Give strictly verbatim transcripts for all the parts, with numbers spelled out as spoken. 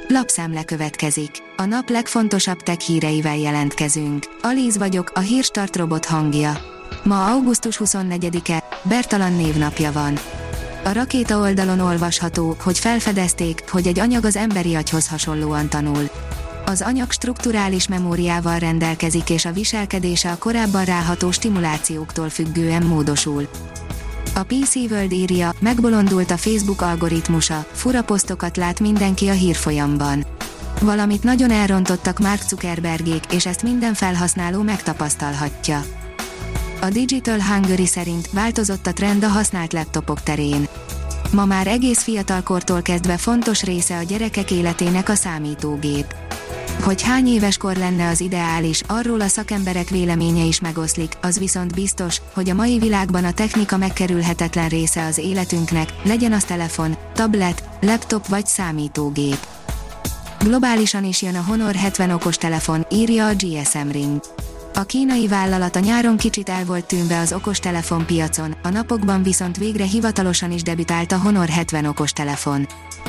Lapszemle következik. A nap legfontosabb tech híreivel jelentkezünk. Alíz vagyok, a Hírstart robot hangja. Ma augusztus huszonnegyedike, Bertalan névnapja van. A rakéta oldalon olvasható, hogy felfedezték, hogy egy anyag az emberi agyhoz hasonlóan tanul. Az anyag strukturális memóriával rendelkezik, és a viselkedése a korábban ráható stimulációktól függően módosul. A pé cé World írja, megbolondult a Facebook algoritmusa, fura posztokat lát mindenki a hírfolyamban. Valamit nagyon elrontottak Mark Zuckerbergék, és ezt minden felhasználó megtapasztalhatja. A Digital Hungary szerint változott a trend a használt laptopok terén. Ma már egész fiatalkortól kezdve fontos része a gyerekek életének a számítógép. Hogy hány éves kor lenne az ideális, arról a szakemberek véleménye is megoszlik, az viszont biztos, hogy a mai világban a technika megkerülhetetlen része az életünknek, legyen az telefon, tablet, laptop vagy számítógép. Globálisan is jön a Honor hetven okostelefon, írja a gé es em Ring. A kínai vállalat a nyáron kicsit el volt tűnve az okostelefon piacon, a napokban viszont végre hivatalosan is debütált a Honor hetven okostelefon.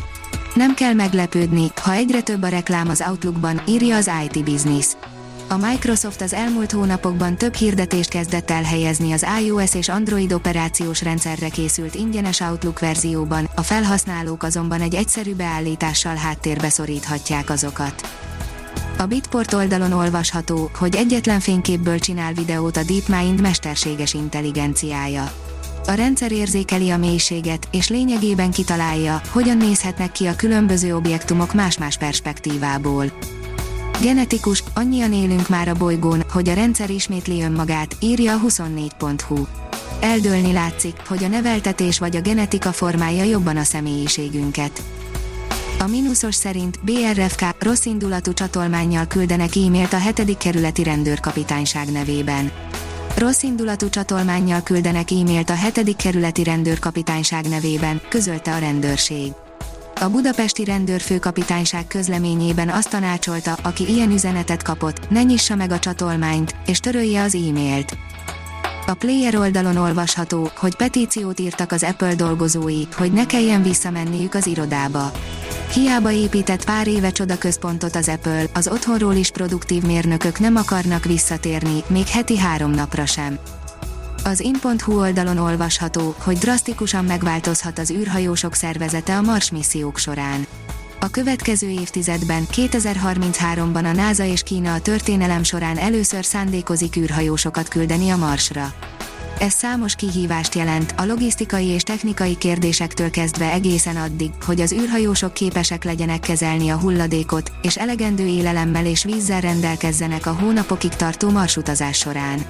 Nem kell meglepődni, ha egyre több a reklám az Outlookban, írja az i té Business. A Microsoft az elmúlt hónapokban több hirdetést kezdett el helyezni az iOS és Android operációs rendszerre készült ingyenes Outlook verzióban, a felhasználók azonban egy egyszerű beállítással háttérbe szoríthatják azokat. A Bitport oldalon olvasható, hogy egyetlen fényképből csinál videót a DeepMind mesterséges intelligenciája. A rendszer érzékeli a mélységet, és lényegében kitalálja, hogyan nézhetnek ki a különböző objektumok más-más perspektívából. Genetikus, annyian élünk már a bolygón, hogy a rendszer ismétli önmagát, írja a huszonnégy pont hu. Eldőlni látszik, hogy a neveltetés vagy a genetika formálja jobban a személyiségünket. A mínuszos szerint bé er ef ká rosszindulatú csatolmánnyal küldenek e-mailt a hetedik kerületi rendőrkapitányság nevében. Rosszindulatú csatolmánnyal küldenek e-mailt a hetedik kerületi rendőrkapitányság nevében, közölte a rendőrség. A budapesti rendőrfőkapitányság közleményében azt tanácsolta, aki ilyen üzenetet kapott, ne nyissa meg a csatolmányt, és törölje az e-mailt. A Player oldalon olvasható, hogy petíciót írtak az Apple dolgozói, hogy ne kelljen visszamenniük az irodába. Hiába épített pár éve csodaközpontot az Apple, az otthonról is produktív mérnökök nem akarnak visszatérni, még heti három napra sem. Az in pont hu oldalon olvasható, hogy drasztikusan megváltozhat az űrhajósok szervezete a Mars missziók során. A következő évtizedben, kétezer-harmincháromban a NASA és Kína a történelem során először szándékozik űrhajósokat küldeni a Marsra. Ez számos kihívást jelent, a logisztikai és technikai kérdésektől kezdve egészen addig, hogy az űrhajósok képesek legyenek kezelni a hulladékot, és elegendő élelemmel és vízzel rendelkezzenek a hónapokig tartó marsutazás során.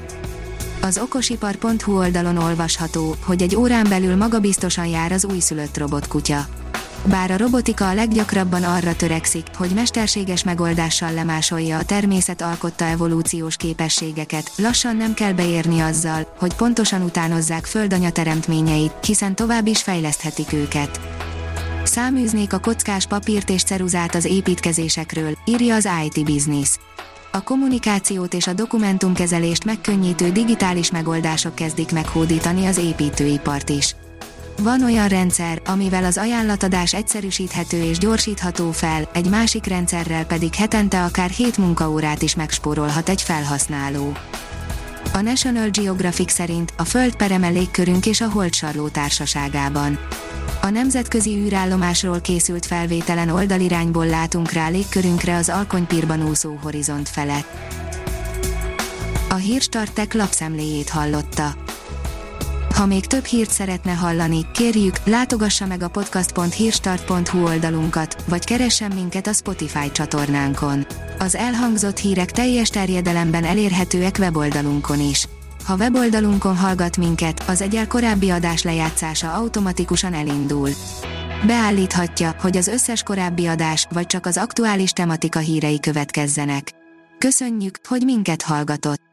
Az okosipar pont hu oldalon olvasható, hogy egy órán belül magabiztosan jár az újszülött robotkutya. Bár a robotika a leggyakrabban arra törekszik, hogy mesterséges megoldással lemásolja a természet alkotta evolúciós képességeket, lassan nem kell beérni azzal, hogy pontosan utánozzák földanya teremtményeit, hiszen tovább is fejleszthetik őket. Száműznék a kockás papírt és ceruzát az építkezésekről, írja az i té Business. A kommunikációt és a dokumentumkezelést megkönnyítő digitális megoldások kezdik meghódítani az építőipart is. Van olyan rendszer, amivel az ajánlatadás egyszerűsíthető és gyorsítható fel, egy másik rendszerrel pedig hetente akár hét munkaórát is megspórolhat egy felhasználó. A National Geographic szerint a Föld pereme légkörünk és a Holdsarló társaságában. A nemzetközi űrállomásról készült felvételen oldalirányból látunk rá légkörünkre az Alkonypírban úszó horizont felett. A Hírstart Tech lapszemléjét hallotta. Ha még több hírt szeretne hallani, kérjük, látogassa meg a podcast pont hírstart pont hu oldalunkat, vagy keressen minket a Spotify csatornánkon. Az elhangzott hírek teljes terjedelemben elérhetőek weboldalunkon is. Ha weboldalunkon hallgat minket, az egyel korábbi adás lejátszása automatikusan elindul. Beállíthatja, hogy az összes korábbi adás, vagy csak az aktuális tematika hírei következzenek. Köszönjük, hogy minket hallgatott!